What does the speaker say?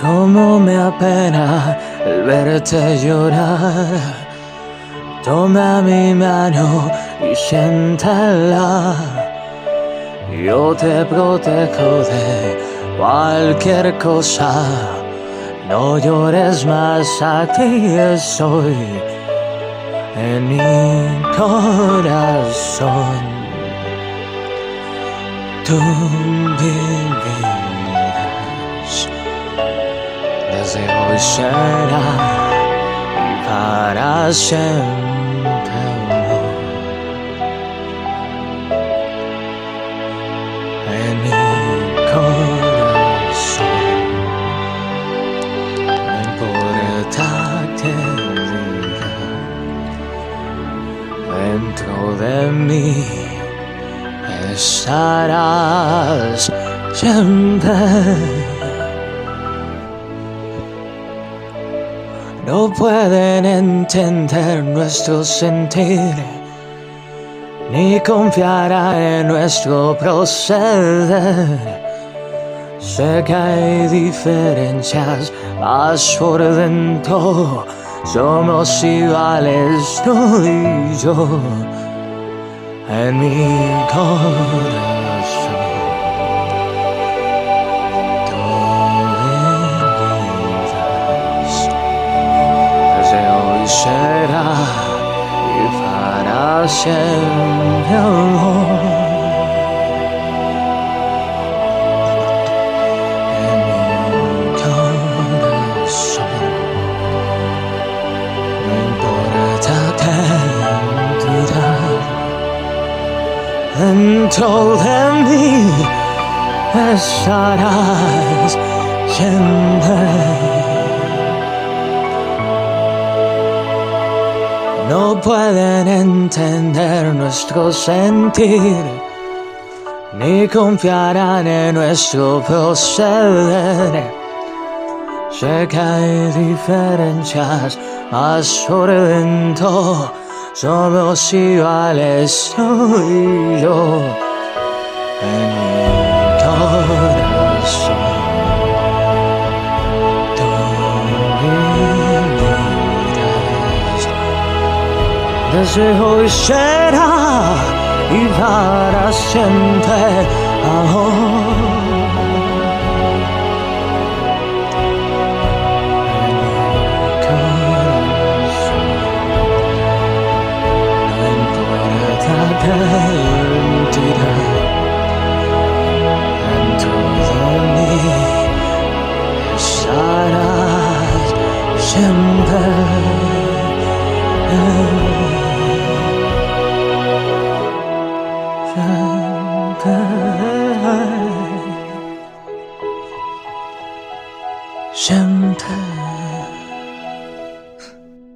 Cómo me apena el verte llorar. Toma mi mano y siéntela. Yo te protejo de cualquier cosa. No llores más, aquí estoy en mi corazón. Tú vivirás, desde hoy será y para siempre amor. En mi corazón, no importa que digan, dentro de mí estarás siempre. No pueden entender nuestro sentir, ni confiará en nuestro proceder. Sé que hay diferencias, mas por dentro somos iguales tú y yo. En mi corazón tú vivirás, desde hoy será y para siempre amor. En mi corazón, no importa qué dirán, dentro de mí estarás siempre. No pueden entender nuestro sentir, ni confiarán en nuestro proceder. Sé que hay diferencias, mas por dentro somos iguales tú y yo. En mi corazón tú vivirás, desde hoy será y para siempre amor. Dentro de mí estarás siempre. Yeah.